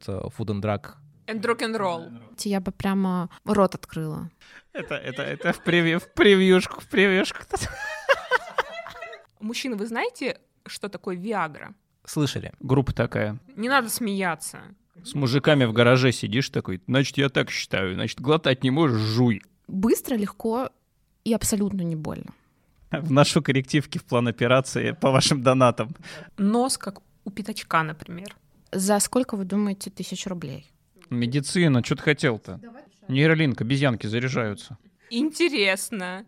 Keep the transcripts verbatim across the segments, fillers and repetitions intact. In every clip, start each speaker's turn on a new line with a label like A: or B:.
A: Food and Drug.
B: And rock-and-roll.
C: Я бы прямо рот открыла.
D: Это, это, это в, превью, в превьюшку, в превьюшку.
B: Мужчины, вы знаете, что такое Виагра?
A: Слышали?
D: Группа такая.
B: Не надо смеяться.
D: С мужиками в гараже сидишь такой, значит, я так считаю, значит, глотать не можешь, жуй.
C: Быстро, легко и абсолютно не больно.
D: Вношу коррективки в план операции по вашим донатам.
B: Нос, как у пятачка, например.
C: За сколько, вы думаете, тысяч рублей?
D: Медицина, что ты хотел-то? Нейролинк, обезьянки заряжаются.
B: Интересно.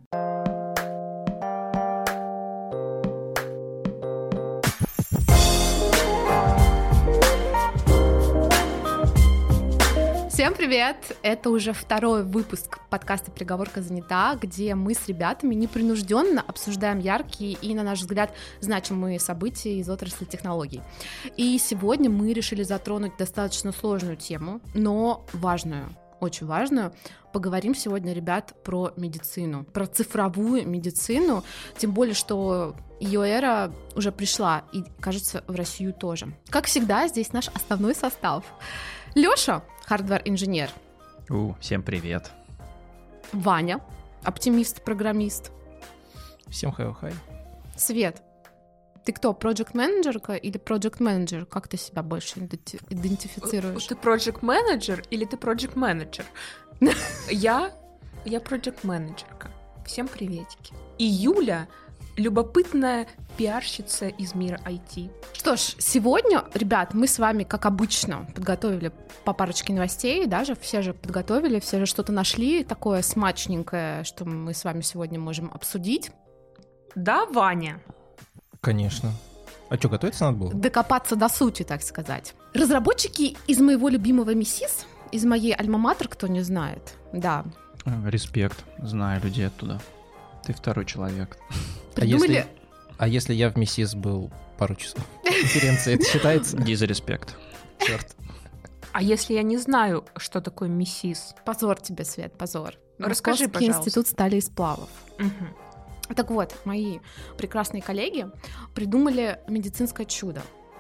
C: Всем привет! Это уже второй выпуск подкаста «Приговорка занята», где мы с ребятами непринужденно обсуждаем яркие и, на наш взгляд, значимые события из отрасли технологий. И сегодня мы решили затронуть достаточно сложную тему, но важную, очень важную. Поговорим сегодня, ребят, про медицину, про цифровую медицину, тем более, что ее эра уже пришла, и, кажется, в Россию тоже. Как всегда, здесь наш основной состав. Лёша, хардвер-инженер.
D: У, всем привет.
C: Ваня, оптимист-программист.
A: Всем хай-хай.
C: Свет, ты кто, проект-менеджерка или проект-менеджер? Как ты себя больше иденти- идентифицируешь?
B: Ты проект-менеджер или ты проект-менеджер? Я, я проект-менеджерка. Всем приветики. И Юля любопытная пиарщица из мира ай ти.
C: Что ж, сегодня, ребят, мы с вами, как обычно, подготовили по парочке новостей, даже все же подготовили, все же что-то нашли такое смачненькое, что мы с вами сегодня можем обсудить.
B: Да, Ваня?
A: Конечно. А что, готовиться надо было?
C: Докопаться до сути, так сказать. Разработчики из моего любимого МИСИС, из моей альма-матер, кто не знает, да.
D: Респект, знаю людей оттуда. Ты второй человек.
C: Придумали...
A: А если, а если я в МИСИС был пару часов конференции, это считается?
D: Дизреспект.
A: Черт.
B: А если я не знаю, что такое МИСИС?
C: Позор тебе, Свет, позор.
B: Расскажи,
C: Московский
B: пожалуйста.
C: институт стали и сплавов.
B: Угу.
C: Так вот, мои прекрасные коллеги придумали медицинское чудо.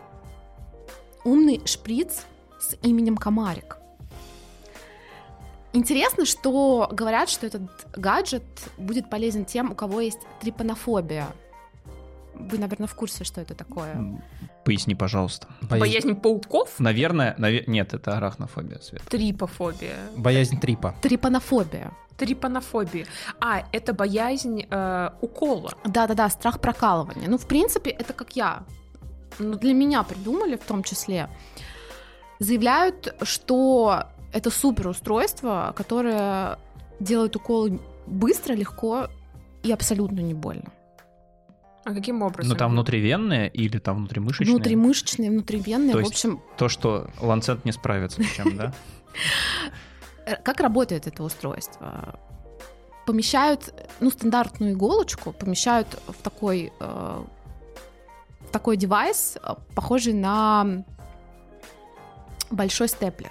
C: Умный шприц с именем Комарик. Интересно, что говорят, что этот гаджет будет полезен тем, у кого есть трипанофобия. Вы, наверное, в курсе, что это такое?
D: Поясни, пожалуйста.
A: Боязнь,
B: Боязнь пауков?
D: Наверное, наве... нет, это арахнофобия, Свет.
B: Трипофобия.
A: боязнь трипа.
C: Трипанофобия.
B: Трипанофобия. А, это боязнь э, укола.
C: Да-да-да, страх прокалывания. Ну, в принципе, это как я. Ну, для меня придумали в том числе. Заявляют, что это суперустройство, которое делает уколы быстро, легко и абсолютно не больно.
B: А каким образом?
D: Ну там внутривенные или там внутримышечные?
C: Внутримышечные, внутривенные,
D: То
C: в
D: есть
C: общем...
D: То, что Ланцет не справится с чем, да?
C: Как работает это устройство? Помещают, ну, стандартную иголочку, помещают в такой, э, в такой девайс, похожий на большой степлер.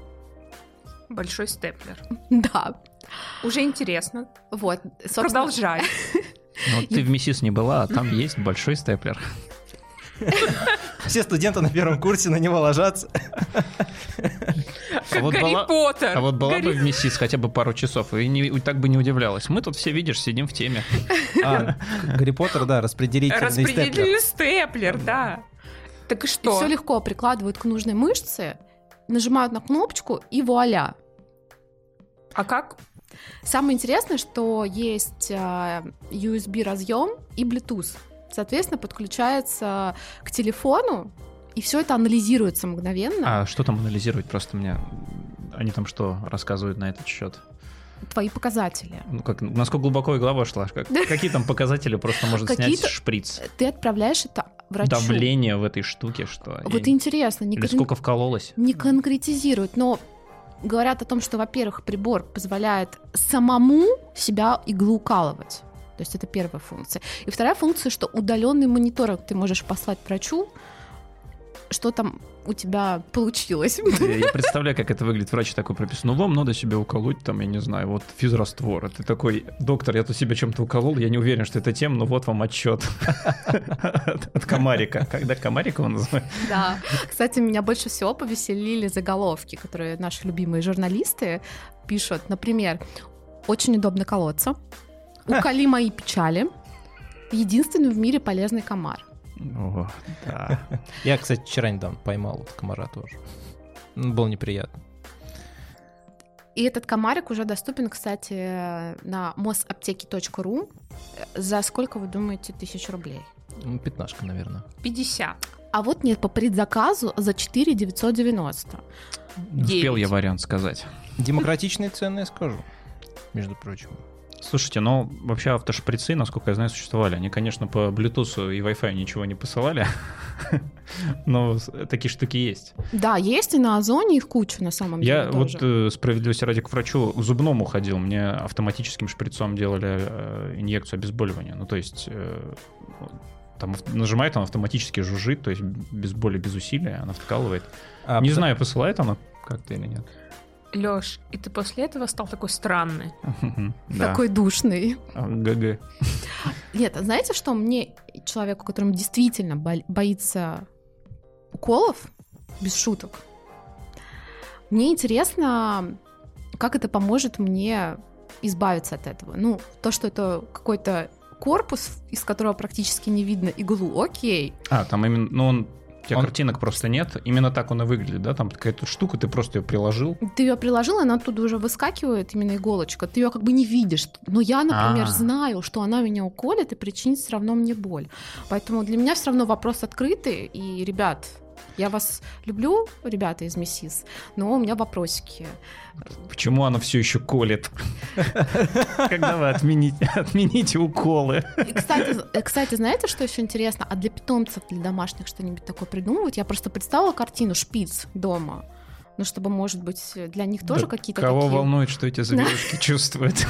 B: Большой степлер.
C: Да.
B: Уже интересно.
C: Вот. собственно,
B: Продолжай.
D: Ну, ты в МИСИС не была, а там есть большой степлер.
A: Все студенты на первом курсе на него ложатся.
B: Как
D: вот
B: Гарри
D: была-
B: Поттер.
D: А вот была
B: Гарри-
D: бы в МИСИС хотя бы пару часов, и, не, и так бы не удивлялась. Мы тут все, видишь, сидим в теме.
A: А, Гарри Поттер, да, распределительный степлер.
B: Распределительный степлер, да. Так и
C: И
B: что?
C: все легко прикладывают к нужной мышце, нажимают на кнопочку и вуаля.
B: А как?
C: Самое интересное, что есть э, ю эс би разъем и Bluetooth. Соответственно, подключается к телефону, и все это анализируется мгновенно.
D: А что там анализировать? Просто мне... Они там что рассказывают на этот счет?
C: Твои показатели.
D: Ну, как, насколько глубоко игла вошла? Как- какие там показатели просто может снять
C: Какие-то-
D: шприц?
C: Ты отправляешь это врачу.
D: Давление в этой штуке, что...
C: Вот
D: я-
C: интересно, не,
D: Или
C: кон-
D: сколько вкололось?
C: не конкретизируют, но говорят о том, что, во-первых, прибор позволяет самому себя иглоукалывать. То есть это первая функция. И вторая функция, что удаленный мониторинг ты можешь послать врачу, что там у тебя получилось.
D: Я, я представляю, как это выглядит. Врач такой прописан. Ну, вам надо себе уколоть, там, я не знаю, вот физраствор. Ты такой, доктор, я тут себе чем-то уколол, я не уверен, что это тем, но вот вам отчет от комарика. Когда комарик его называют?
C: Да. Кстати, меня больше всего повеселили заголовки, которые наши любимые журналисты пишут. Например, очень удобно колоться. Уколи мои печали. Единственный в мире полезный комар.
D: О, да.
A: Я, кстати, вчера недавно поймал вот комара тоже. Было неприятно.
C: И этот комарик уже доступен, кстати, на мосаптеки точка ру. За сколько, вы думаете, тысяч рублей?
A: Ну, пятнашка, наверное.
B: пятьдесят.
C: А вот нет, по предзаказу за четыре тысячи девятьсот девяносто.
D: Не успел я вариант сказать.
A: Демократичные цены, я скажу, между прочим.
D: Слушайте, ну вообще автошприцы, насколько я знаю, существовали. Они, конечно, по Bluetooth и Wi-Fi ничего не посылали, но такие штуки есть.
C: Да, есть и на Озоне их кучу на самом деле.
D: Я вот э, справедливости ради к врачу к зубному ходил, мне автоматическим шприцом делали э, инъекцию обезболивания. Ну то есть э, там нажимает, он автоматически жужжит, то есть без боли, без усилия, она вкалывает.
A: А,
D: не
A: пос-
D: знаю, посылает она как-то или нет.
B: Лёш, и ты после этого стал такой странный.
D: Да.
C: Такой душный.
D: ГГ.
C: Нет, а знаете, что мне, человеку, которому действительно бо- боится уколов, без шуток, мне интересно, как это поможет мне избавиться от этого. Ну, то, что это какой-то корпус, из которого практически не видно иглу, окей.
D: А, там именно, ну он, у тебя
A: Он-
D: картинок просто нет, именно так он и выглядит, да, там какая-то штука, ты просто ее приложил.
C: Ты ее приложила, она оттуда уже выскакивает, именно иголочка. Ты ее как бы не видишь. Но я, например,
D: А.
C: знаю, что она меня уколет и причинит все равно мне боль. Поэтому для меня все равно вопрос открытый. И, ребят, я вас люблю, ребята из МИСИС, но у меня вопросики.
D: Почему она все еще колет? Когда вы отмените, отмените уколы?
C: И, кстати, э, кстати, знаете, что еще интересно? А для питомцев, для домашних что-нибудь такое придумывать? Я просто представила картину шпиц дома. Ну, чтобы, может быть, для них тоже
D: Да
C: какие-то
D: Кого
C: такие...
D: волнует, что эти зверюшки чувствуют?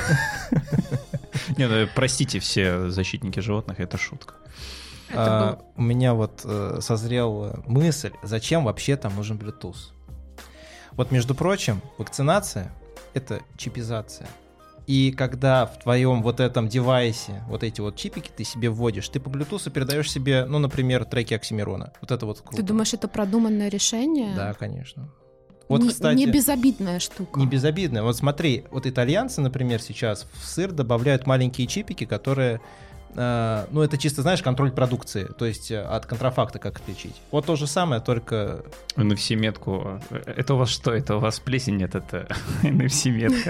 D: Не, ну простите все защитники животных, это шутка.
A: А, у меня вот э, созрела мысль, зачем вообще там нужен Bluetooth. Вот, между прочим, вакцинация — это чипизация. И когда в твоем вот этом девайсе вот эти вот чипики ты себе вводишь, ты по Bluetooth передаешь себе, ну, например, треки Оксимирона. Вот это вот круто.
C: Ты думаешь, это продуманное решение?
A: Да, конечно. Вот,
C: не,
A: кстати,
C: не безобидная штука.
A: не безобидно. Вот смотри, вот итальянцы, например, сейчас в сыр добавляют маленькие чипики, которые, э, ну, это чисто, знаешь, контроль продукции, то есть э, от контрафакта как отличить. Вот то же самое, только...
D: эн эф си-метку. Это у вас что? Это у вас плесень? Нет, это эн эф си-метка.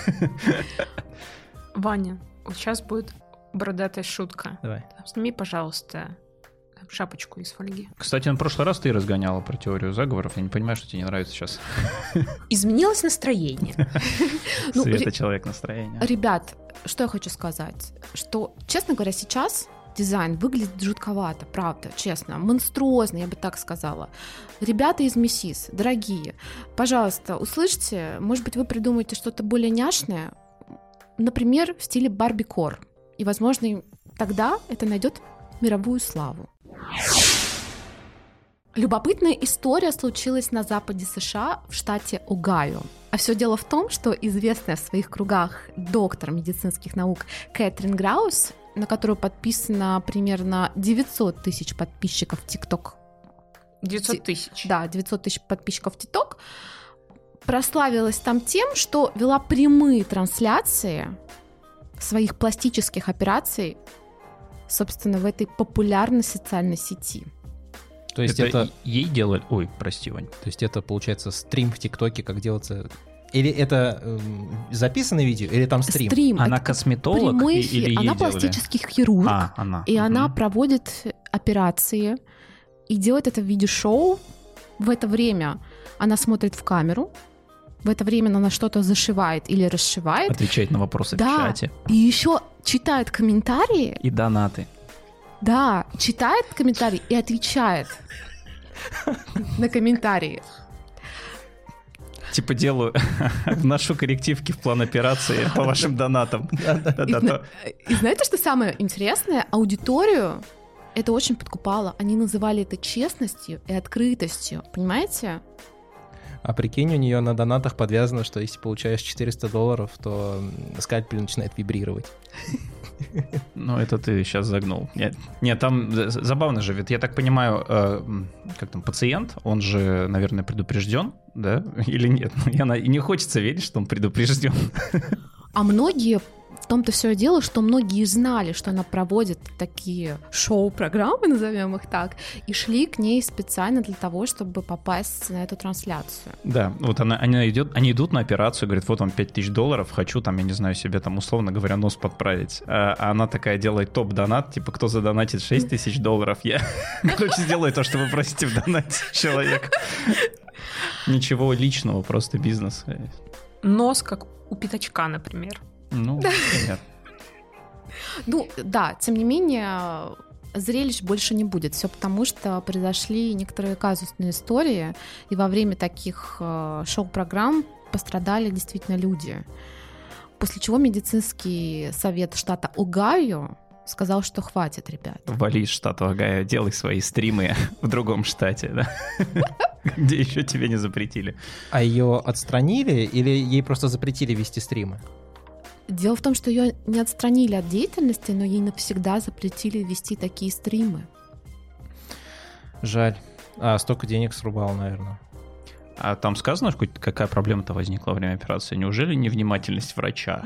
B: Ваня, вот сейчас будет бородатая шутка.
A: Давай.
B: Сними, пожалуйста, шапочку из фольги.
D: Кстати, на прошлый раз ты разгоняла про теорию заговоров. Я не понимаю, что тебе не нравится сейчас.
B: Изменилось настроение.
C: Ну,
D: Света,
C: ре-
D: человек настроения.
C: Ребят, что я хочу сказать? Что, честно говоря, сейчас дизайн выглядит жутковато, правда, честно, монструозно, я бы так сказала. Ребята из МИСИС, дорогие, пожалуйста, услышьте, может быть, вы придумаете что-то более няшное, например, в стиле Барби-кор, и, возможно, тогда это найдет мировую славу. Любопытная история случилась на западе США в штате Огайо. А все дело в том, что известная в своих кругах доктор медицинских наук Кэтрин Граус, на которую подписано примерно девятьсот тысяч подписчиков в ТикТок.
B: девятьсот тысяч.
C: Да, девятьсот тысяч подписчиков в ТикТок. Прославилась там тем, что вела прямые трансляции своих пластических операций, собственно, в этой популярной социальной сети.
A: То есть
D: это,
A: это,
D: ей делали... Ой, прости, Вань.
A: то есть это, получается, стрим в ТикТоке, как делается... Или это эм, записанное видео, или там стрим?
C: Стрим.
D: Она
C: Это
D: косметолог
C: прямой
D: и-
C: эфир.
D: или ей
C: Она
D: делали?
C: пластический хирург,
D: А, она.
C: и она
D: Мгм.
C: проводит операции и делает это в виде шоу. В это время она смотрит в камеру, в это время она что-то зашивает или расшивает,
D: Отвечает на вопросы
C: Да.
D: в чате.
C: и еще читает комментарии.
D: И донаты.
C: Да, читает комментарии и отвечает на комментарии.
D: Типа делаю, вношу коррективки в план операции по вашим донатам.
C: И,
D: Да-да-да.
C: зна- и знаете, что самое интересное? Аудиторию это очень подкупало. Они называли это честностью и открытостью, понимаете?
A: А прикинь, у нее на донатах подвязано, что если получаешь четыреста долларов, то скальпель начинает вибрировать.
D: Ну, это ты сейчас загнул. Нет, нет, там забавно же, ведь я так понимаю, э, как там, пациент, он же, наверное, предупрежден, да? Или нет? И она, и не хочется верить, что он предупрежден.
C: А многие, в том-то все и дело, что многие знали, что она проводит такие шоу-программы, назовем их так, и шли к ней специально для того, чтобы попасть на эту трансляцию.
D: Да, вот она, она идет, они идут на операцию, говорит, вот вам пять тысяч долларов, хочу там, я не знаю, себе там, условно говоря, нос подправить. А, а она такая делает топ-донат, типа, кто задонатит шесть тысяч долларов, я, короче, сделаю то, что вы просите в донате, человек. Ничего личного, просто бизнес.
B: Нос, как у пятачка, например.
D: Ну, например.
C: Ну, да, тем не менее, зрелищ больше не будет. Все потому, что произошли некоторые казусные истории, и во время таких э, шоу-программ пострадали действительно люди. После чего медицинский совет штата Огайо сказал, что хватит, ребят.
D: Вали из штата Огайо, делай свои стримы в другом штате, да? Где еще тебе не запретили.
A: А ее отстранили или ей просто запретили вести стримы?
C: Дело в том, что ее не отстранили от деятельности, но ей навсегда запретили вести такие стримы.
A: Жаль. А, столько денег срубал, наверное.
D: А там сказано, какая проблема-то возникла во время операции? Неужели невнимательность врача?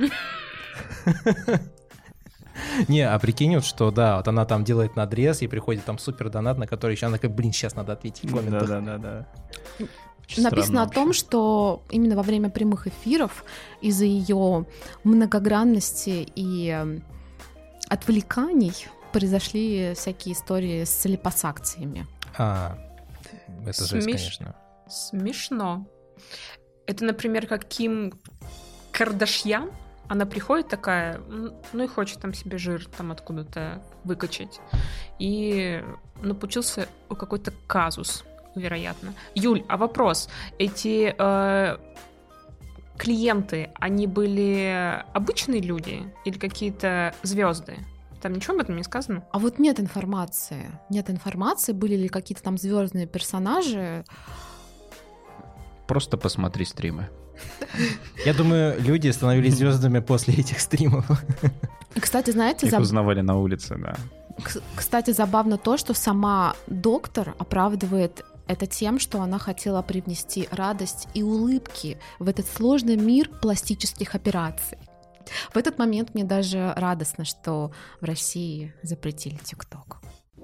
A: Не, а прикинь, вот что, да, вот она там делает надрез, и приходит там супер донат, на который еще она как, блин, сейчас надо ответить в комментах.
D: Да-да-да.
C: Написано о том, что именно во время прямых эфиров из-за ее многогранности и отвлеканий произошли всякие истории с липосакциями.
A: А, это жесть,
B: Смеш...
A: конечно.
B: Смешно. Это, например, как Ким Кардашьян. Она приходит такая, ну и хочет там себе жир там откуда-то выкачать. И ну, получился какой-то казус, вероятно. Юль, а вопрос. Эти э, клиенты, они были обычные люди или какие-то звезды? Там ничего об этом не сказано?
C: А вот нет информации. Нет информации, были ли какие-то там звездные персонажи.
D: Просто посмотри стримы.
A: Я думаю, люди становились звездами после этих стримов.
C: И, кстати, знаете...
D: Их заб... узнавали на улице, да.
C: Кстати, забавно то, что сама доктор оправдывает это тем, что она хотела привнести радость и улыбки в этот сложный мир пластических операций. В этот момент мне даже радостно, что в России запретили ТикТок.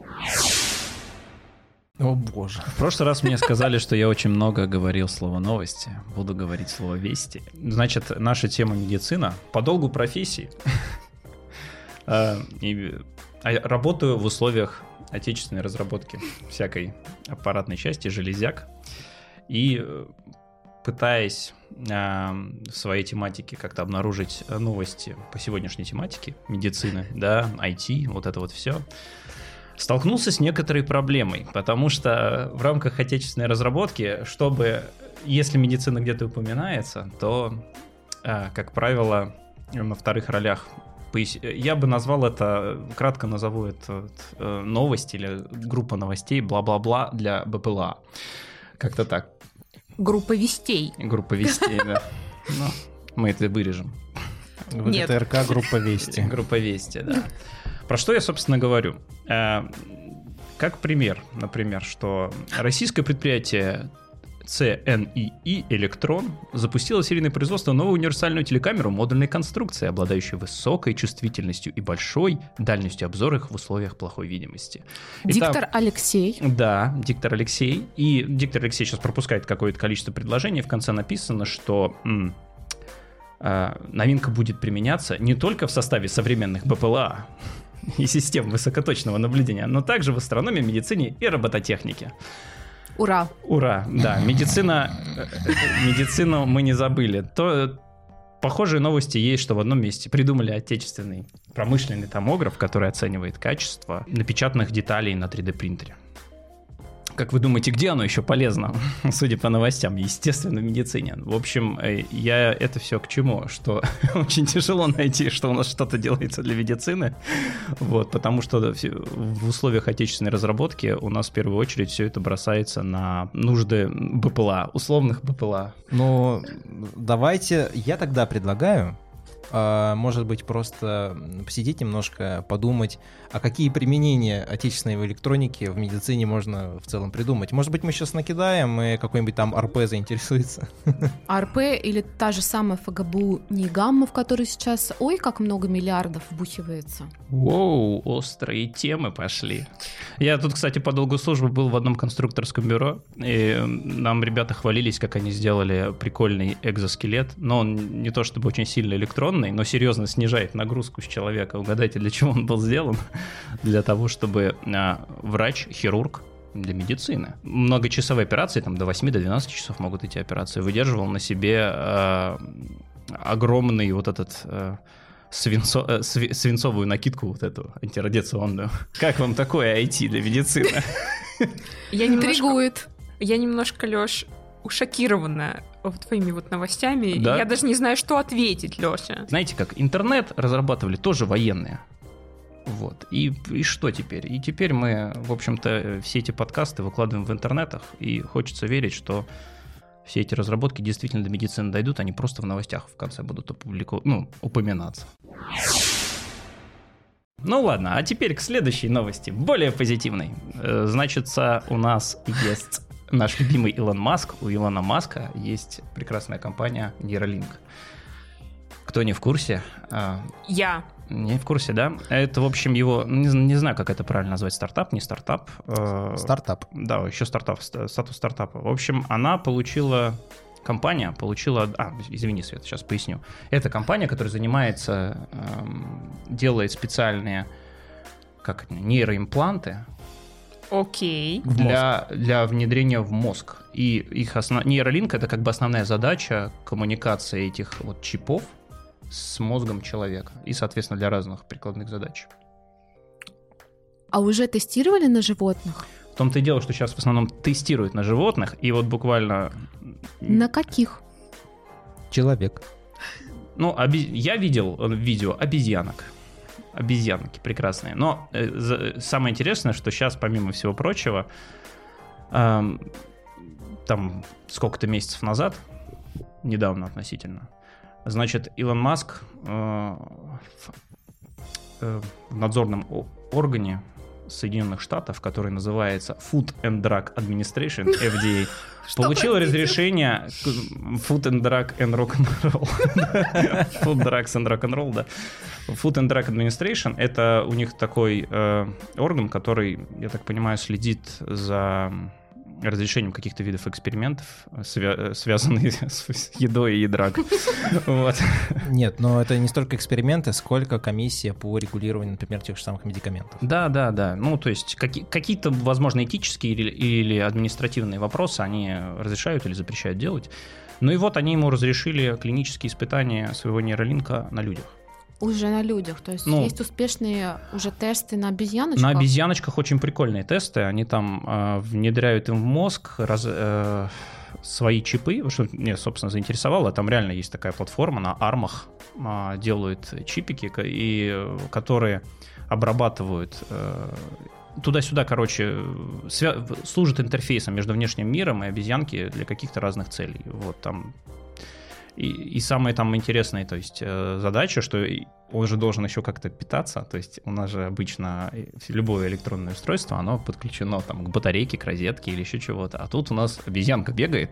A: О боже.
D: В прошлый раз мне сказали, что я очень много говорил слово «новости». Буду говорить слово «вести». Значит, наша тема медицина по долгу профессии. Работаю в условиях отечественной разработки всякой аппаратной части, железяк. И пытаясь в своей тематике как-то обнаружить новости по сегодняшней тематике, медицины, да, ай ти, вот это вот все, столкнулся с некоторой проблемой, потому что в рамках отечественной разработки, чтобы, если медицина где-то упоминается, то, как правило, на вторых ролях, я бы назвал это, кратко назову это новость или группа новостей, бла-бла-бла для бэ пэ эл а. Как-то так.
B: Группа вестей.
D: Группа вестей, да. Но мы это вырежем.
A: вэ гэ тэ эр ка группа вести.
D: Группа вести, да. Про что я, собственно, говорю? Как пример, например, что российское предприятие си эн и и «Электрон» запустило серийное производство новую универсальную телекамеру модульной конструкции, обладающую высокой чувствительностью и большой дальностью обзора их в условиях плохой видимости.
C: Диктор
D: Итак,
C: Алексей.
D: Да, диктор Алексей. И диктор Алексей сейчас пропускает какое-то количество предложений. В конце написано, что м, э, новинка будет применяться не только в составе современных бэ пэ эл а и систем высокоточного наблюдения, но также в астрономии, медицине и робототехнике.
C: Ура!
D: Ура, да, медицина, медицину мы не забыли. То, похожие новости есть, что в одном месте придумали отечественный промышленный томограф, который оценивает качество напечатанных деталей на три дэ принтере. Как вы думаете, где оно еще полезно? Судя по новостям, естественно, в медицине. В общем, я это все к чему? Что очень тяжело найти, что у нас что-то делается для медицины. Вот, потому что в условиях отечественной разработки у нас в первую очередь все это бросается на нужды БПЛА, условных БПЛА.
A: Ну, давайте, я тогда предлагаю, может быть, просто посидеть немножко, подумать, а какие применения отечественной электроники в медицине можно в целом придумать. Может быть, мы сейчас накидаем, и какой-нибудь там эр пэ заинтересуется.
C: эр пэ или та же самая эф гэ бэ у НИИГАММА, в которой сейчас, ой, как много миллиардов вбухивается.
D: Воу, острые темы пошли. Я тут, кстати, по долгу службы был в одном конструкторском бюро, и нам ребята хвалились, как они сделали прикольный экзоскелет, но он не то чтобы очень сильно электронный, но серьезно снижает нагрузку с человека. Угадайте, для чего он был сделан? Для того, чтобы а, врач, хирург для медицины, многочасовые операции, там до восьми-двенадцати часов могут идти операции, выдерживал на себе а, огромный вот этот... А, Свинцо, э, сви, свинцовую накидку вот эту антирадиационную. Как вам такое ай ти для медицины?
B: Я немножко, я немножко, Лёш, ушокирована твоими вот новостями. Да? Я даже не знаю, что ответить, Лёша.
D: Знаете как, интернет разрабатывали тоже военные. Вот. И, и что теперь? И теперь мы, в общем-то, все эти подкасты выкладываем в интернетах, и хочется верить, что все эти разработки действительно до медицины дойдут, они просто в новостях в конце будут опублику... ну, упоминаться. Ну ладно, а теперь к следующей новости, более позитивной. Значит, у нас есть наш любимый Илон Маск. У Илона Маска есть прекрасная компания Neuralink. Кто не в курсе?
B: Я.
D: Не в курсе, да? Это, в общем, его, не, не знаю, как это правильно назвать, стартап, не стартап.
A: Стартап.
D: Да, еще стартап, статус стартапа. В общем, она получила, компания получила, а, извини, Свет, сейчас поясню. Это компания, которая занимается, эм, делает специальные, как это, нейроимпланты.
B: Окей.
D: Для, для внедрения в мозг. И их основ... Neuralink — это как бы основная задача коммуникации этих вот чипов с мозгом человека и, соответственно, для разных прикладных задач.
C: А уже тестировали на животных?
D: В том-то и дело, что сейчас в основном тестируют на животных, и вот буквально...
C: На каких?
A: Человек.
D: Ну, оби... я видел видео обезьянок. Обезьянки прекрасные. Но э, за... самое интересное, что сейчас, помимо всего прочего, э, там сколько-то месяцев назад, недавно относительно, значит, Илон Маск э, в, э, в надзорном органе Соединенных Штатов, который называется Food and Drug Administration, эф ди эй, получил разрешение Food and Drug and Rock'n'Roll. Food, Drugs and Rock'n'Roll, да. Food and Drug Administration — это у них такой э, орган, который, я так понимаю, следит за разрешением каких-то видов экспериментов, свя- связанных с едой и драгой. Вот.
A: Нет, но это не столько эксперименты, сколько комиссия по регулированию, например, тех же самых медикаментов.
D: Да, да, да. Ну, то есть какие- какие-то, возможно, этические или, или административные вопросы они разрешают или запрещают делать. Ну и вот они ему разрешили клинические испытания своего нейролинка на людях.
C: Уже на людях, то есть
D: ну,
C: есть успешные уже тесты на обезьяночках?
D: На обезьяночках очень прикольные тесты, они там э, внедряют им в мозг раз, э, свои чипы, что меня, собственно, заинтересовало, там реально есть такая платформа, на армах э, делают чипики, и, которые обрабатывают э, туда-сюда, короче, свя- служат интерфейсом между внешним миром и обезьянки для каких-то разных целей, вот там. И, и самая там интересная, то есть, э, задача, что он же должен еще как-то питаться, то есть у нас же обычно любое электронное устройство, оно подключено там к батарейке, к розетке или еще чего-то, а тут у нас обезьянка бегает,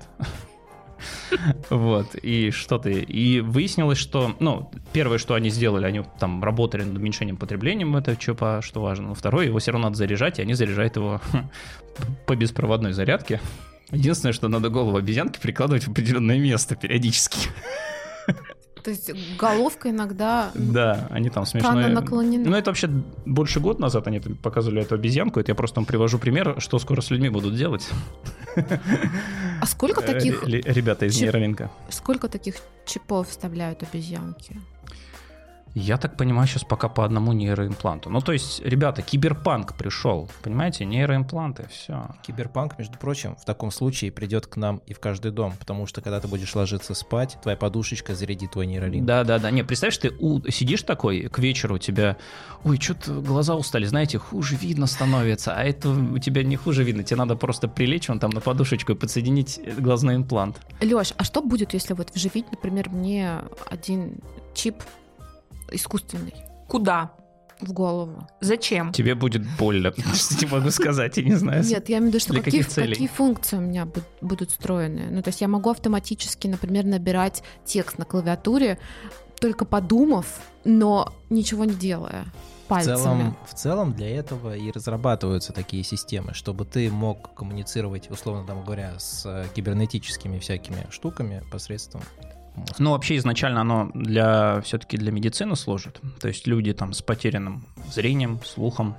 D: вот, и что-то, и выяснилось, что, ну, первое, что они сделали, они там работали над уменьшением потребления этого чипа, что важно, но второе, его все равно надо заряжать, и они заряжают его по беспроводной зарядке. Единственное, что надо голову обезьянки прикладывать в определенное место периодически.
C: То есть головка иногда...
D: Да, они там смешные.
C: наклонены.
D: Ну, это вообще больше года назад они показывали эту обезьянку. Это я просто вам привожу пример, что скоро с людьми будут делать.
C: А сколько таких...
D: Ребята из
C: чип...
D: нейролинка.
C: Сколько таких чипов вставляют обезьянки?
D: Я так понимаю, сейчас пока по одному нейроимпланту. Ну, то есть, ребята, киберпанк пришел, понимаете, нейроимпланты, все.
A: Киберпанк, между прочим, в таком случае придет к нам и в каждый дом, потому что когда ты будешь ложиться спать, твоя подушечка зарядит твой нейролинк.
D: Да-да-да, не, представляешь, ты у... сидишь такой, к вечеру у тебя, ой, что-то глаза устали, знаете, хуже видно становится, а это у тебя не хуже видно, тебе надо просто прилечь вон там на подушечку и подсоединить глазной имплант.
C: Лёш, а что будет, если вот вживить, например, мне один чип искусственный
B: Куда?
C: в голову?
B: Зачем?
D: Тебе будет больно, что не могу сказать, я не знаю.
C: Нет, я имею в виду, что
D: Для
C: какие,
D: каких целей?
C: какие функции у меня бу- будут встроены. Ну, то есть я могу автоматически, например, набирать текст на клавиатуре, только подумав, но ничего не делая
A: В
C: пальцами.
A: целом, в целом для этого и разрабатываются такие системы, чтобы ты мог коммуницировать, условно там говоря, с э, кибернетическими всякими штуками посредством мозга.
D: Ну, вообще изначально оно для все-таки для медицины служит. То есть люди там с потерянным зрением, слухом,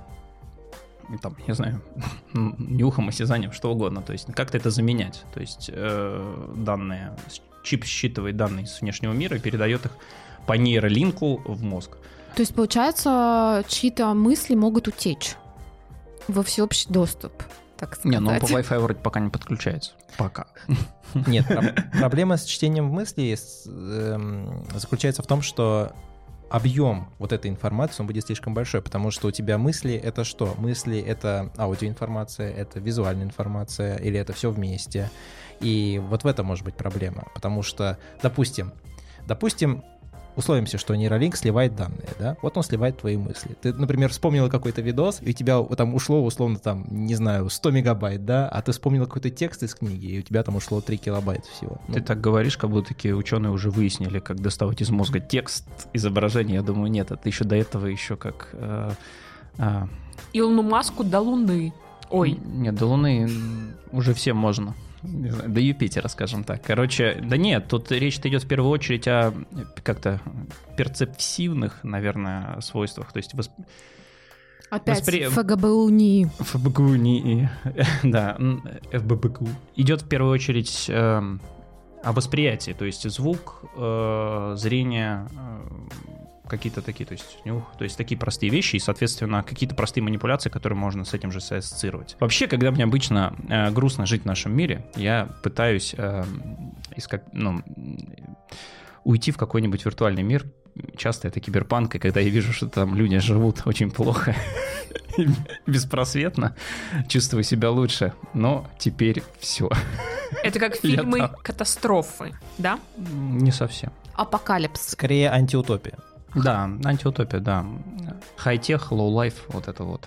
D: и там, не знаю, нюхом, осязанием, что угодно. То есть как-то это заменять. То есть э, данные, чип считывает данные из внешнего мира и передает их по нейролинку в мозг.
C: То есть, получается, чьи-то мысли могут утечь во всеобщий доступ, так сказать.
D: Не, ну он по Wi-Fi вроде пока не подключается. Пока.
A: Нет, про- проблема с чтением мыслей с- эм, заключается в том, что объем вот этой информации, он будет слишком большой, потому что у тебя мысли — это что? Мысли — это аудиоинформация, это визуальная информация, или это все вместе. И вот в этом может быть проблема, потому что, допустим, допустим, условимся, что нейролинк сливает данные, да? Вот он сливает твои мысли. Ты, например, вспомнила какой-то видос, и у тебя там ушло, условно, там, не знаю, сто мегабайт, да? А ты вспомнила какой-то текст из книги, и у тебя там ушло три килобайта всего. Ну,
D: Ты так говоришь, как будто такие ученые уже выяснили, как доставать из мозга текст, изображение. Я думаю, нет, это еще до этого еще как... э, э,
B: Илону Маску до Луны. Ой,
D: Нет, до Луны уже всем можно. Не знаю, до Юпитера, скажем так. Короче, да нет, тут речь идет в первую очередь о как-то перцептивных, наверное, свойствах. То есть восп...
C: Опять
D: воспри-
C: ФГБУ НИИ.
D: ФБГУ не... Да, м, ФББГУ. Идет в первую очередь эм, о восприятии, то есть звук, э, зрение, э, какие-то такие, то есть нюх, то есть такие простые вещи и, соответственно, какие-то простые манипуляции, которые можно с этим же ассоциировать. Вообще, когда мне обычно э, грустно жить в нашем мире, я пытаюсь э, искать, ну, уйти в какой-нибудь виртуальный мир. Часто это киберпанк, и когда я вижу, что там люди живут очень плохо и беспросветно, чувствую себя лучше. Но теперь все.
B: это как
D: Я
B: фильмы
D: там.
B: катастрофы, да?
D: Не совсем.
C: Апокалипс.
A: скорее антиутопия.
D: Да, антиутопия, да. Хай-тех, лоу-лайф, вот это вот.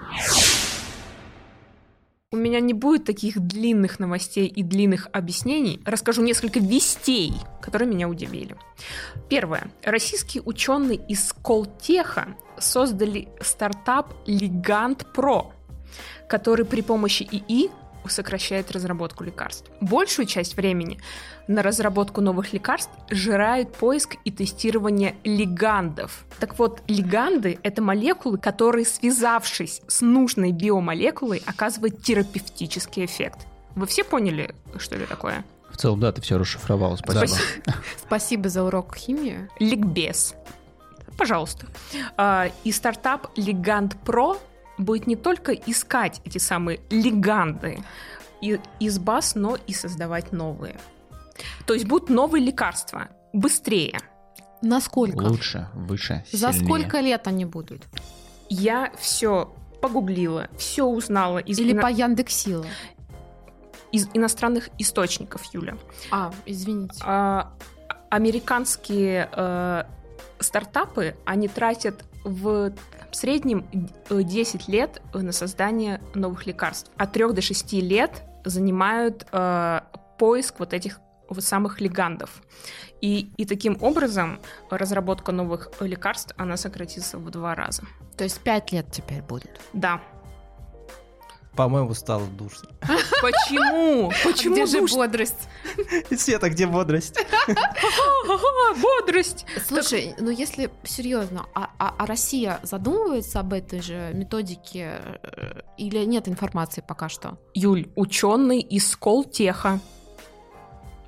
B: У меня не будет таких длинных новостей и длинных объяснений. Расскажу несколько вестей, которые меня удивили. Первое. Российские ученые из Сколтеха создали стартап Ligand Pro, который при помощи ИИ сокращает разработку лекарств. Большую часть времени на разработку новых лекарств жирает поиск и тестирование лигандов. Так вот, лиганды — это молекулы, которые, связавшись с нужной биомолекулой, оказывают терапевтический эффект. Вы все поняли, что это такое?
D: В целом, да, ты все расшифровала, спасибо.
C: Спасибо за урок химии.
B: Ликбез. Пожалуйста. А, И стартап Ligand Pro будет не только искать эти самые лиганды и- из баз, но и создавать новые. То есть будут новые лекарства быстрее.
C: Насколько?
D: Лучше, выше,
C: За
D: сильнее.
C: сколько лет они будут?
B: Я все погуглила, все узнала из,
C: Или
B: ино-
C: по Яндекс.Сила?
B: из иностранных источников, Юля.
C: А, извините.
B: А, американские э, стартапы, они тратят в среднем э, десять лет на создание новых лекарств. От трёх до шести лет занимают э, поиск вот этих вот самых лигандов. И, и таким образом разработка новых лекарств, она сократится в два раза.
C: То есть пять лет теперь будет.
B: Да.
A: По-моему, стало душно.
B: Почему? Почему
C: Где же
B: душно?
C: бодрость?
A: Света, где бодрость?
B: Ага, бодрость.
C: Слушай, ну если серьезно, а, а- а Россия задумывается об этой же методике э, или нет информации пока что?
B: Юль, ученый из Сколтеха.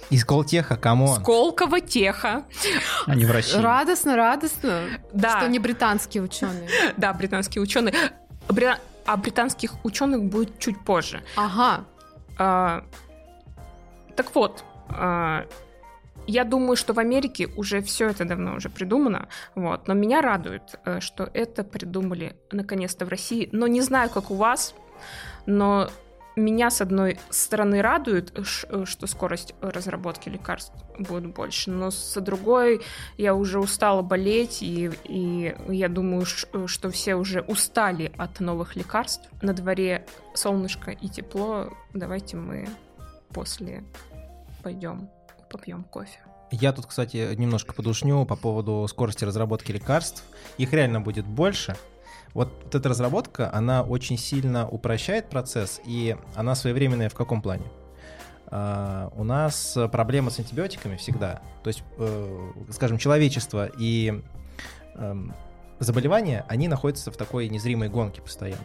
A: Из Колтеха, камон.
B: Сколково теха.
D: А не в России.
C: Радостно, радостно,
B: Да.
C: что не британские ученые.
B: Да, британские ученые. Бри- А британских ученых будет чуть позже.
C: Ага.
B: А, так вот, а, я думаю, что в Америке уже все это давно уже придумано, вот. Но меня радует, э, что это придумали наконец-то в России. Но не знаю, как у вас, но меня, с одной стороны, радует, ш- что скорость разработки лекарств будет больше, но с другой я уже устала болеть, и, и я думаю, ш- что все уже устали от новых лекарств. На дворе солнышко и тепло, давайте мы после пойдем попьем кофе.
A: Я тут, кстати, немножко подушню по поводу скорости разработки лекарств. Их реально будет больше. Вот, вот эта разработка, она очень сильно упрощает процесс, и она своевременная в каком плане? Uh, у нас проблема с антибиотиками всегда. То есть, э, скажем, человечество и э, заболевания, они находятся в такой незримой гонке постоянно.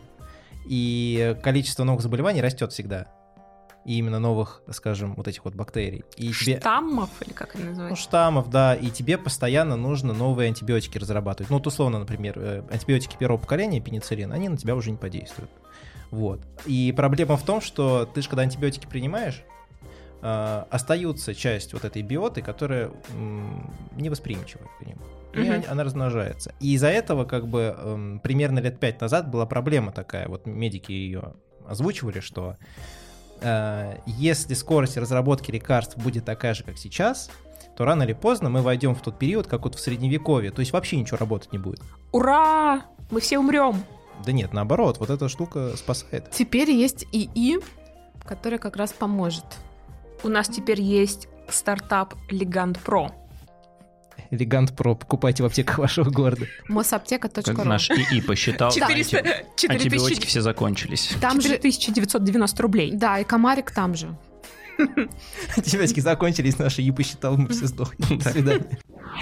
A: И количество новых заболеваний растет всегда. И именно новых, скажем, вот этих вот бактерий. И тебе...
B: Штаммов, или как это
A: Ну,
B: называется?
A: штаммов, да, и тебе постоянно нужно новые антибиотики разрабатывать. Ну, вот условно, например, э, антибиотики первого поколения, пенициллин, они на тебя уже не подействуют. Вот. И проблема в том, что ты же, когда антибиотики принимаешь, э, остаются часть вот этой биоты, которая м, невосприимчива к ним. И
B: Мгм.
A: они- она размножается. И из-за этого, как бы, эм, примерно лет пять назад была проблема такая, вот медики ее озвучивали, что э, если скорость разработки лекарств будет такая же, как сейчас, то рано или поздно мы войдем в тот период, как вот в средневековье, то есть вообще ничего работать не будет.
B: Ура! Мы все умрем.
A: Да нет, наоборот, вот эта штука спасает.
C: Теперь есть ИИ, который как раз поможет.
B: У нас теперь есть стартап Легант Про.
A: Элегант Про, покупайте в аптеках вашего города.
C: Мосаптека точка
D: Как
C: ру.
D: наш ИИ посчитал,
B: четыреста
D: анти-
B: четыре
D: антибиотики
B: тысячи
D: все закончились.
C: Там
B: четыре
C: же,
B: тысячи девятьсот девяносто рублей.
C: да, и комарик там же.
A: Антибиотики закончились, наши ИИ посчитал, мы все сдохнем. До свидания.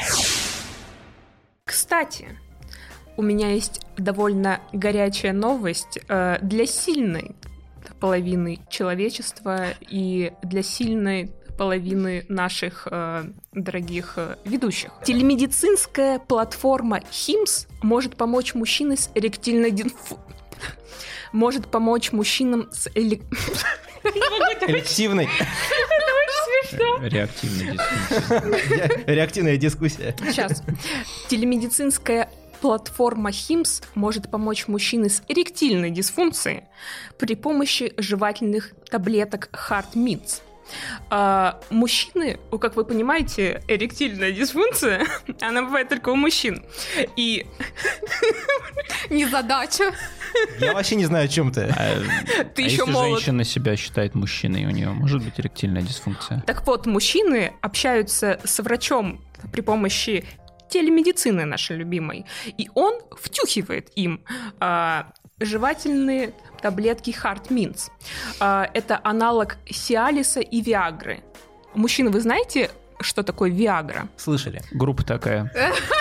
B: Кстати, у меня есть довольно горячая новость э, для сильной половины человечества и для сильной половины наших э, дорогих э, ведущих. Телемедицинская платформа химс может помочь мужчине с эректильной динфу... может помочь мужчинам с элек...
A: Реактивный.
D: Реактивная дискуссия.
A: Реактивная дискуссия.
B: Сейчас. Телемедицинская платформа химс может помочь мужчине с эректильной дисфункцией при помощи жевательных таблеток Hard Mints. А, мужчины, ну, как вы понимаете, эректильная дисфункция, она бывает только у мужчин. И
C: Незадача.
A: Я вообще не знаю, о чем ты.
D: А,
B: ты
D: а
B: еще
D: если
B: молод.
D: женщина себя считает мужчиной, у нее может быть эректильная дисфункция?
B: Так вот, мужчины общаются с врачом при помощи телемедицины нашей любимой, и он втюхивает им а, жевательные таблетки Hard Mints. А, это аналог Сиалиса и Виагры. Мужчины, вы знаете, что такое Виагра?
A: Слышали?
D: Группа такая.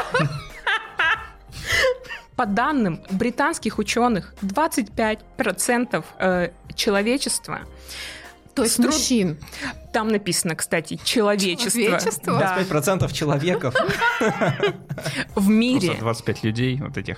B: По данным британских ученых, двадцать пять процентов э, человечества,
C: То есть
B: С труд-
C: мужчин.
B: там написано, кстати, человечество,
C: Человечество?
B: да,
A: двадцать пять процентов человеков.
B: в мире.
D: двадцать пять людей вот этих.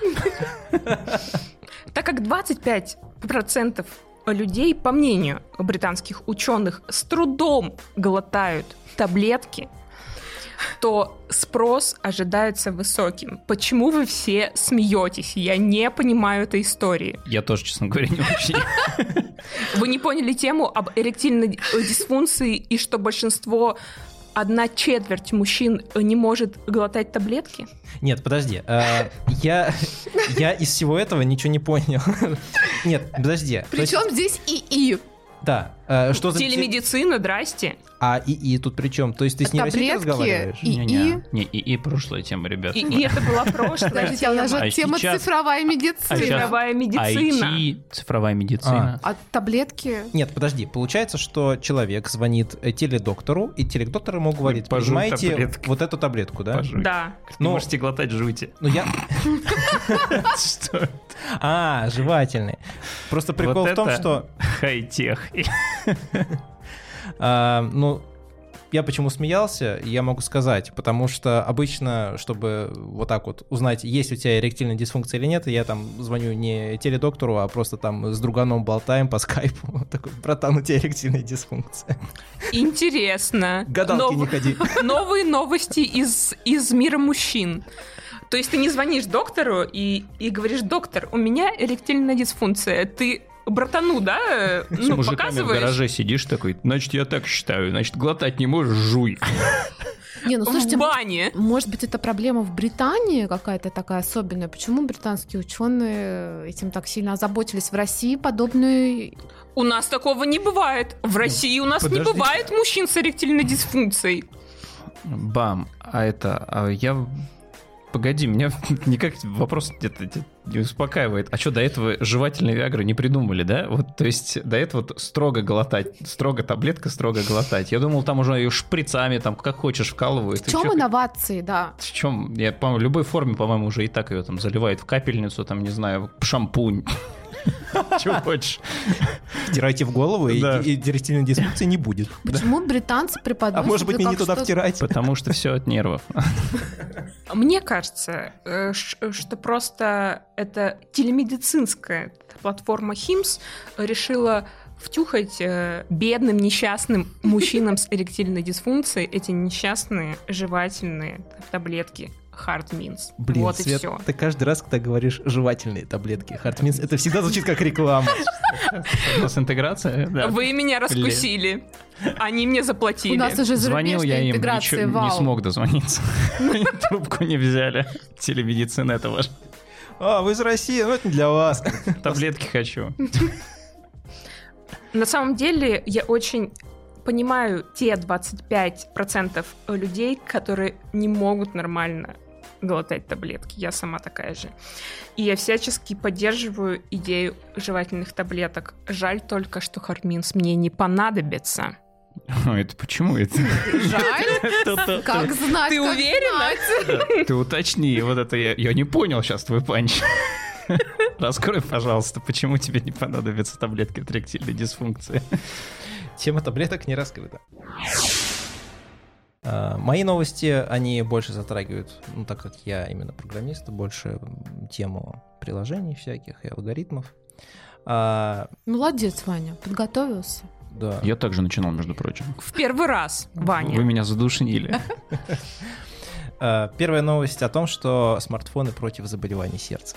B: Так как двадцать пять процентов людей, по мнению британских ученых, с трудом глотают таблетки, то спрос ожидается высоким. Почему вы все смеетесь? Я не понимаю этой истории.
D: Я тоже, честно говоря, не очень.
B: Вы не поняли тему об эректильной дисфункции и что большинство, одна четверть мужчин не может глотать таблетки?
A: Нет, подожди. э, Я я из всего этого ничего не понял. Нет, подожди. То есть-
C: Причем здесь ИИ.
A: Да. э, Что за...
B: Телемедицина, здрасте.
A: А ИИ тут при чем? То есть ты с нейросетью
C: Таблетки
A: разговариваешь?
C: и-
D: Не-не, не, ИИ прошлая тема, ребят.
B: И, и это была прошлая
C: Подождите, а у нас
B: тема.
C: же
D: А
C: тема
D: сейчас-
C: цифровая
D: а
C: медицина.
D: сейчас-
B: Цифровая медицина.
D: ай ти, цифровая медицина.
C: А таблетки...
A: Нет, подожди. Получается, что человек звонит э, теледоктору, и теледоктор ему говорит,
D: Пожуй
A: принимайте
D: таблетку.
A: вот эту таблетку, да?
D: Пожуй.
B: Да.
D: Не
A: Ну-
D: можете глотать, жуйте.
A: Ну я...
D: Что?
A: А, жевательный. Просто прикол
D: Вот
A: в том,
D: это
A: что...
D: Хай-тех.
A: а, ну, я почему смеялся, я могу сказать, потому что обычно, чтобы вот так вот узнать, есть у тебя эректильная дисфункция или нет, я там звоню не теледоктору, а просто там с друганом болтаем по скайпу. Такой, братан, у тебя эректильная дисфункция.
B: Интересно.
A: Гадалки не ходи.
B: Новые новости из, из мира мужчин. То есть ты не звонишь доктору и, и говоришь: доктор, у меня эректильная дисфункция. Ты братану, да,
D: С
B: ну,
D: мужиками
B: показываешь?
D: в гараже сидишь такой, значит, я так считаю, значит, глотать не можешь, жуй.
C: Не, ну слушайте,
B: в бане.
C: может быть, это проблема в Британии какая-то такая особенная? Почему британские ученые этим так сильно озаботились? В России подобные...
B: У нас такого не бывает. В России у нас
D: Подождите.
B: не бывает мужчин с эректильной дисфункцией.
D: Бам, а это, а я... Погоди, меня никак вопрос где-то не успокаивает. А что, до этого жевательные виагры не придумали, да? Вот, то есть до этого вот строго глотать, строго таблетка, строго глотать. Я думал, там уже ее шприцами, там как хочешь вкалывают.
C: В чем инновации, да?
D: В чем? Я, по-моему, в любой форме, по-моему, уже и так ее там заливают в капельницу, там, не знаю, шампунь. Чего хочешь.
A: Втирайте в голову, и,
D: Да.
A: и эректильной дисфункции не будет.
C: Почему британцы преподносят...
A: А может быть,
C: это
A: мне не
C: как
A: туда
C: что-то-
A: втирать?
D: Потому что все от нервов.
B: Мне кажется, э, ш- что просто эта телемедицинская платформа химс решила втюхать э, бедным, несчастным мужчинам с эректильной дисфункцией эти несчастные жевательные таблетки Хартминс.
A: Блин,
B: Вот и
A: Свет,
B: все.
A: ты каждый раз, когда говоришь жевательные таблетки Хартминс, это всегда звучит как реклама.
D: У нас интеграция? Да.
B: Вы меня раскусили. Они мне заплатили.
C: У нас уже
D: Звонил я
C: зарубежная
D: им,
C: интеграция,
D: ничего, не
C: вау.
D: смог дозвониться. Трубку не взяли. Телемедицина это ваш.
A: А, вы из России, ну это не для вас.
D: Таблетки хочу.
B: На самом деле, я очень понимаю те двадцать пять процентов людей, которые не могут нормально глотать таблетки. Я сама такая же. И я всячески поддерживаю идею жевательных таблеток. Жаль только, что Хартминс мне не понадобится.
D: Это почему это?
C: Жаль, как знать,
B: Ты
C: как
B: уверена?
C: знать.
D: Ты уточни, вот это я, я не понял сейчас твой панч. Раскрой, пожалуйста, почему тебе не понадобится таблетка от эректильной дисфункции.
A: Тема таблеток не раскрыта. А, Мои новости, они больше затрагивают, ну, так как я именно программист, больше тему приложений всяких и алгоритмов. А,
C: Молодец, Ваня, подготовился.
A: да.
D: Я также начинал, между прочим.
B: В первый раз,
D: Вы
B: Ваня.
D: меня задушнили.
A: А, Первая новость о том, что смартфоны против заболеваний сердца.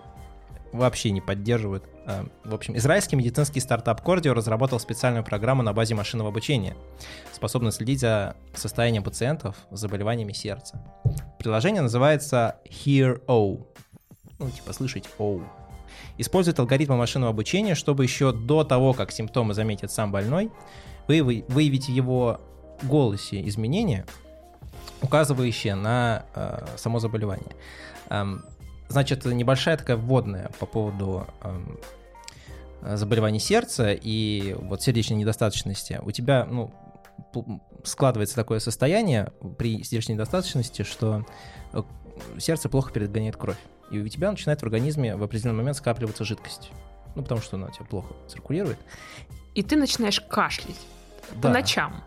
A: Вообще не поддерживают. А, В общем, израильский медицинский стартап Cordio разработал специальную программу на базе машинного обучения, способную следить за состоянием пациентов с заболеваниями сердца. Приложение называется HearO. Ну, типа слышать O. Использует алгоритмы машинного обучения, чтобы еще до того, как симптомы заметит сам больной, выяви- выявить в его голосе изменения, указывающие на э, само заболевание. Эм, Значит, небольшая такая вводная по поводу эм, заболеваний сердца и вот сердечной недостаточности. У тебя, ну, п- складывается такое состояние при сердечной недостаточности, что э, сердце плохо перегоняет кровь. И у тебя начинает в организме в определенный момент скапливаться жидкость. Ну, потому что она у тебя плохо циркулирует.
B: И ты начинаешь кашлять по
A: Да.
B: ночам.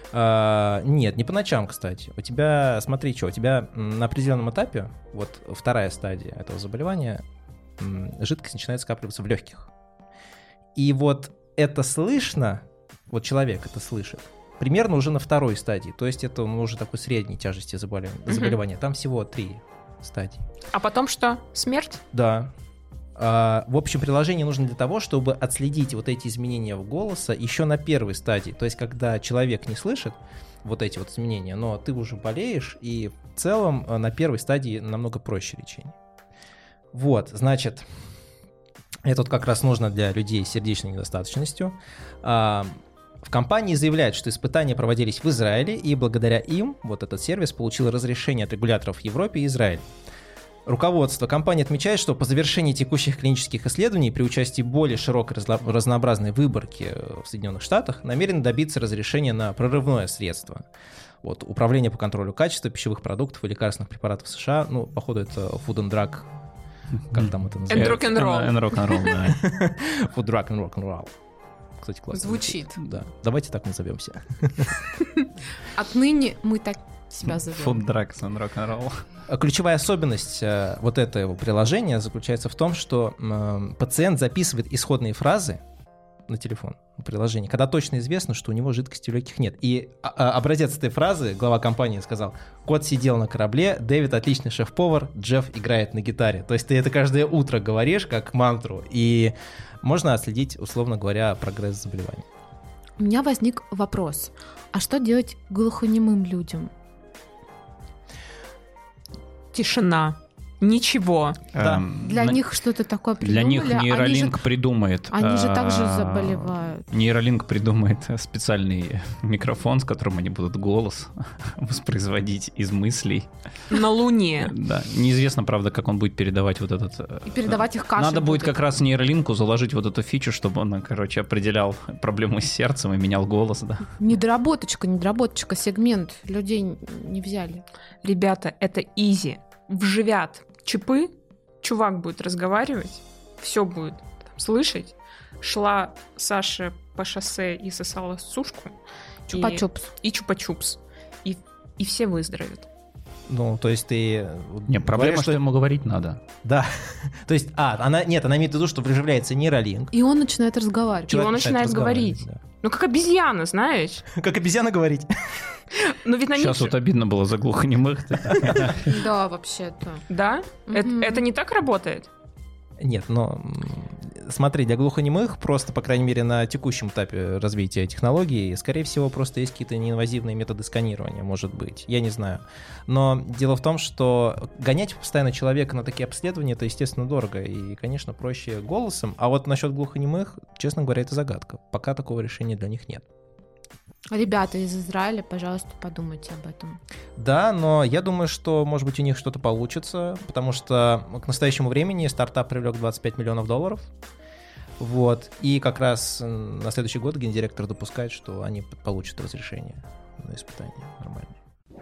A: А, нет, не по ночам, кстати. У тебя, смотри, что, у тебя м, на определенном этапе, вот вторая стадия этого заболевания, м, жидкость начинает скапливаться в легких. И вот это слышно, вот человек это слышит, примерно уже на второй стадии. То есть это ну, уже такой средней тяжести заболевания.
B: Мгм.
A: заболевания. Там всего три стадии.
B: А потом что? Смерть?
A: Да. А, в общем, приложение нужно для того, чтобы отследить вот эти изменения в голоса еще на первой стадии. То есть, когда человек не слышит вот эти вот изменения, но ты уже болеешь, и в целом а, на первой стадии намного проще лечение. Вот, значит, это вот как раз нужно для людей с сердечной недостаточностью. А, в компании заявляют, что испытания проводились в Израиле, и благодаря им вот этот сервис получил разрешение от регуляторов в Европе и Израиле. Руководство компании отмечает, что по завершении текущих клинических исследований при участии более широкой разно- разнообразной выборки в Соединенных Штатах намерено добиться разрешения на прорывное средство. Вот, Управление по контролю качества пищевых продуктов и лекарственных препаратов США, ну, походу, это Food and Drug, как там это
B: And
A: называется?
B: rock'n'roll.
D: And rock'n'roll, да.
A: Food Drug and Rock'n'Roll. Кстати, классно.
C: Звучит.
A: Да, давайте так назовемся.
C: Отныне мы так себя зовем.
D: Food, drugs and rock'n'roll.
A: Ключевая особенность э, вот этого приложения заключается в том, что э, пациент записывает исходные фразы на телефон, в приложении, когда точно известно, что у него жидкости в легких нет. И а, образец этой фразы глава компании сказал: «Кот сидел на корабле, Дэвид отличный шеф-повар, Джефф играет на гитаре». То есть ты это каждое утро говоришь как мантру, и можно отследить, условно говоря, прогресс заболевания.
C: У меня возник вопрос. А что делать глухонемым людям?
B: Тишина. Ничего.
A: Да.
D: Эм,
C: Для
D: на-
C: них что-то такое придумали?
D: Для них
C: Они
D: нейролинк
C: же-
D: придумает.
C: Они же
D: а,
C: также заболевают.
D: Нейролинк придумает специальный микрофон, с которым они будут голос воспроизводить из мыслей.
B: На Луне.
D: Да. Неизвестно, правда, как он будет передавать вот этот... э,
C: И передавать их кашель
D: Надо будет
C: будет.
D: как раз нейролинку заложить вот эту фичу, чтобы он, короче, определял проблемы с сердцем и менял голос, да.
C: Недоработочка, недоработочка, сегмент. Людей не взяли.
B: Ребята, это изи. Вживят чипы, чувак будет разговаривать, все будет там слышать. Шла Саша по шоссе и сосала сушку. и-
C: Чупа-чупс.
B: И чупа-чупс. И, и все выздоровеют.
A: Ну, то есть ты...
D: Не, проблема,
A: говоришь,
D: что ему говорить надо.
A: Да. То есть, а, она, нет, она имеет в виду, что вживляется нейролинк.
C: И он начинает разговаривать.
B: И он начинает
A: разговаривать,
B: Ну, как обезьяна, знаешь.
A: да. Как обезьяна говорить.
B: Но ведь на них
D: Сейчас
B: же-
D: вот обидно было за глухонемых.
C: Да, вообще-то.
B: Да? Это,
C: Мгм.
B: это не так работает?
A: Нет, но м, смотри, для глухонемых просто, по крайней мере, на текущем этапе развития технологий, скорее всего, просто есть какие-то неинвазивные методы сканирования, может быть, я не знаю. Но дело в том, что гонять постоянно человека на такие обследования, это, естественно, дорого, и, конечно, проще голосом. А вот насчет глухонемых, честно говоря, это загадка. Пока такого решения для них нет.
C: Ребята из Израиля, пожалуйста, подумайте об этом.
A: Да, но я думаю, что, может быть, у них что-то получится, потому что к настоящему времени стартап привлек двадцать пять миллионов долларов. Вот. И как раз м, на следующий год гендиректор допускает, что они п- получат разрешение на испытание нормальное.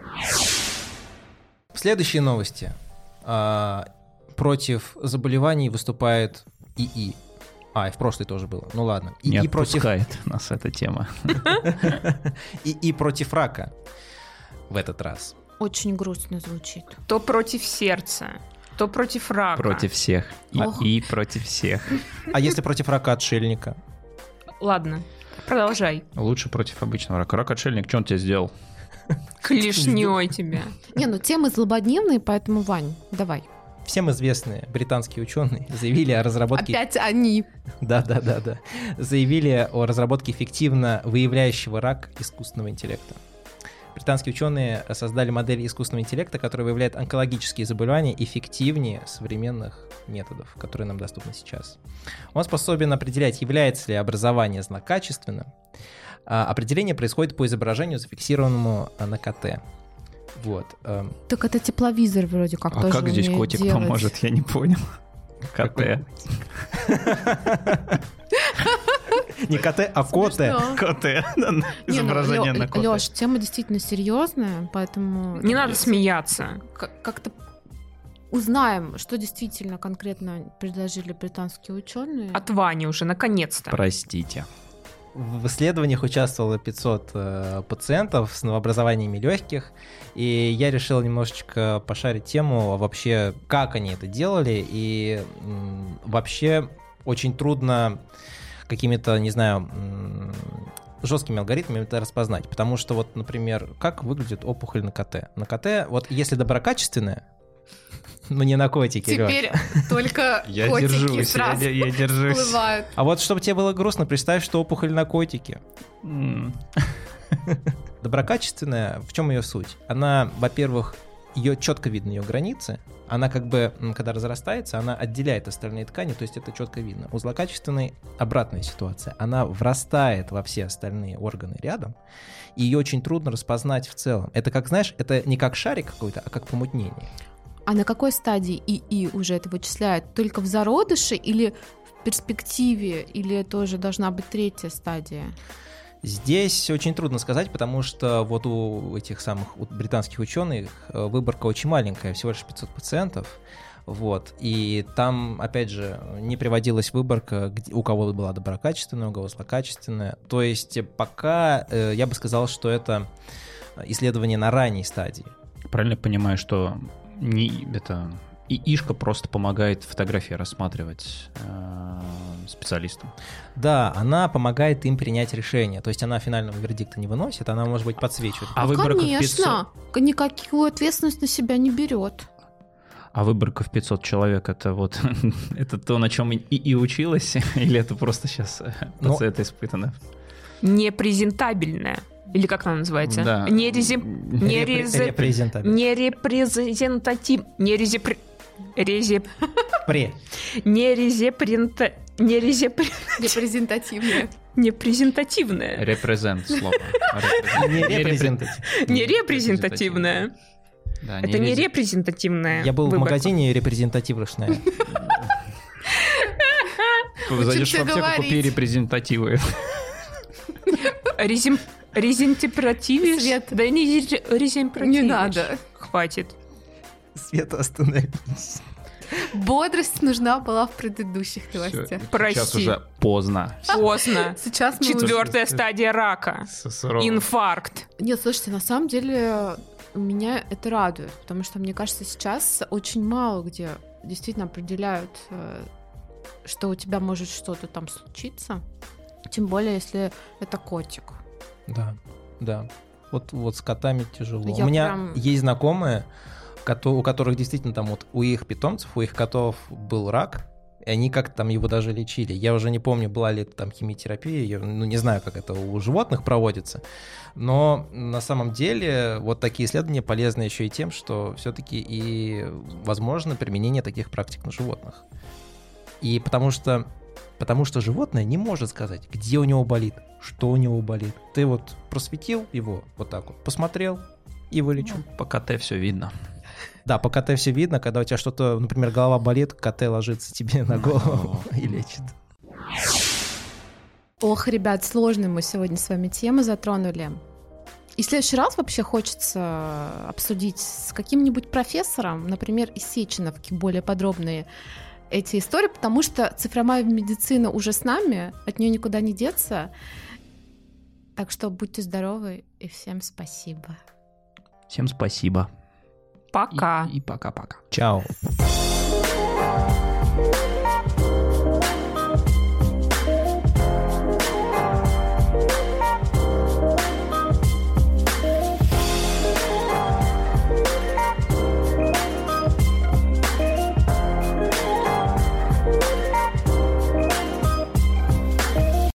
A: Следующие новости. А, против заболеваний выступает ИИ. А, и в прошлой тоже было. Ну ладно.
D: Не
A: ИИ против,
D: отпускает нас эта тема.
A: ИИ против рака в этот раз.
C: Очень грустно звучит.
B: То против сердца, то против рака.
D: Против всех. И,
C: Ох.
D: и против всех.
A: А если против рака отшельника?
B: Ладно, продолжай.
D: Лучше против обычного рака. Рак-отшельник, что он тебе сделал?
B: Клешней тебя.
C: Не, ну темы злободневные, поэтому, Вань, давай.
A: Всем известные британские ученые заявили о разработке...
C: Опять они.
A: Да, да, да, да. Заявили о разработке эффективно выявляющего рак искусственного интеллекта. Британские ученые создали модель искусственного интеллекта, которая выявляет онкологические заболевания эффективнее современных методов, которые нам доступны сейчас. Он способен определять, является ли образование злокачественным. А определение происходит по изображению, зафиксированному на КТ. Вот. эм,
C: Так это тепловизор вроде как
D: А
C: тоже
D: как здесь
C: умеет
D: котик
C: делать.
D: поможет, я не понял.
A: Какой
D: КТ.
A: Не КТ, а коте.
C: Смешно.
D: КТ.
C: Не, ну,
D: Изображение
C: Лё-
D: на коте.
C: Лёш, тема действительно серьезная, поэтому
B: Не надо смеяться.
C: к- как-то узнаем, что действительно конкретно предложили британские ученые.
B: От Вани уже, наконец-то.
D: Простите.
A: В исследованиях участвовало пятьсот э, пациентов с новообразованиями легких, и я решил немножечко пошарить тему вообще, как они это делали, и м, вообще очень трудно какими-то, не знаю, м, жесткими алгоритмами это распознать, потому что вот, например, как выглядит опухоль на КТ? На КТ, вот если доброкачественная, ну не на котике, Лёш.
C: Теперь только
D: Я
C: котики
D: держусь, я,
C: сразу
D: я держусь.
C: всплывают.
A: А вот чтобы тебе было грустно, представь, что опухоль на котике.
D: М.
A: Доброкачественная, в чем ее суть? Она, во-первых, ее четко видно, ее границы. Она как бы, м, когда разрастается, она отделяет остальные ткани, то есть это четко видно. У злокачественной обратная ситуация. Она врастает во все остальные органы рядом, и ее очень трудно распознать в целом. Это как, знаешь, это не как шарик какой-то, а как помутнение.
C: А на какой стадии ИИ уже это вычисляют? Только в зародыше или в перспективе? Или тоже должна быть третья стадия?
A: Здесь очень трудно сказать, потому что вот у этих самых у британских ученых э, выборка очень маленькая, всего лишь пятьсот пациентов. Вот. И там, опять же, не приводилась выборка, где, у кого была доброкачественная, у кого злокачественная. То есть пока э, я бы сказал, что это исследование на ранней стадии.
D: Правильно я понимаю, что не это ИИшка просто помогает фотографии рассматривать э, специалистам?
A: Да, она помогает им принять решение. То есть она финального вердикта не выносит, она, может быть, подсвечивает.
D: А
C: Ну,
D: выборка в
C: конечно,
D: пятьсот
C: никакую ответственность на себя не берет.
D: А выборка в пятьсот человек, это вот это то, на чем и, и училась, или это просто сейчас
A: Ну,
D: это испытано?
B: Непрезентабельная. Или как она называется?
D: Да.
B: Не рези- не
A: Репре-
B: резе-
A: репрезентабельно.
B: не репрезентатив... Не резепр... Резе...
A: Пре.
B: Не резепринта... Не резепр...
C: Репрезентативная.
B: Не презентативная.
D: Репрезент слово.
A: Не
D: Репре-
A: репрезентатив.
B: Не репрезентативная.
D: Да,
B: Это не
D: рез-
B: репрезентативная.
A: Я был в
B: выборка.
A: магазине репрезентативная.
D: Зайдешь в
C: Учимся
D: аптеку,
C: говорить.
D: купи репрезентативы.
B: Резим... Резентимперативис?
C: Свет.
B: Да не ре- реземперативис.
C: Не надо.
B: Хватит.
A: Света, остановись.
C: Бодрость нужна была в предыдущих
D: Всё,
C: новостях.
B: Прости.
D: Сейчас уже поздно.
B: Поздно.
C: Сейчас мы уже-
B: Четвертая стадия рака. Инфаркт.
C: Нет, слушайте, на самом деле меня это радует, потому что, мне кажется, сейчас очень мало где действительно определяют, э, что у тебя может что-то там случиться, тем более, если это котик.
A: Да, да. Вот, вот с котами тяжело.
C: Я
A: у меня
C: прям-
A: есть знакомые, кото- у которых действительно там вот у их питомцев, у их котов был рак, и они как-то там его даже лечили. Я уже не помню, была ли это там химиотерапия, я, ну не знаю, как это у животных проводится, но на самом деле вот такие исследования полезны еще и тем, что все-таки и возможно применение таких практик на животных. И потому что Потому что животное не может сказать, где у него болит, что у него болит. Ты вот просветил его вот так вот, посмотрел и вылечил.
D: По КТ все видно.
A: Да, по КТ все видно, когда у тебя что-то, например, голова болит, КТ ложится тебе на голову и лечит.
C: Ох, ребят, сложную мы сегодня с вами тему затронули. И в следующий раз вообще хочется обсудить с каким-нибудь профессором, например, из Сеченовки, более подробные эти истории, потому что цифровая медицина уже с нами, от нее никуда не деться. Так что будьте здоровы и всем спасибо.
D: Всем спасибо.
B: Пока.
D: И, и пока-пока.
A: Чао.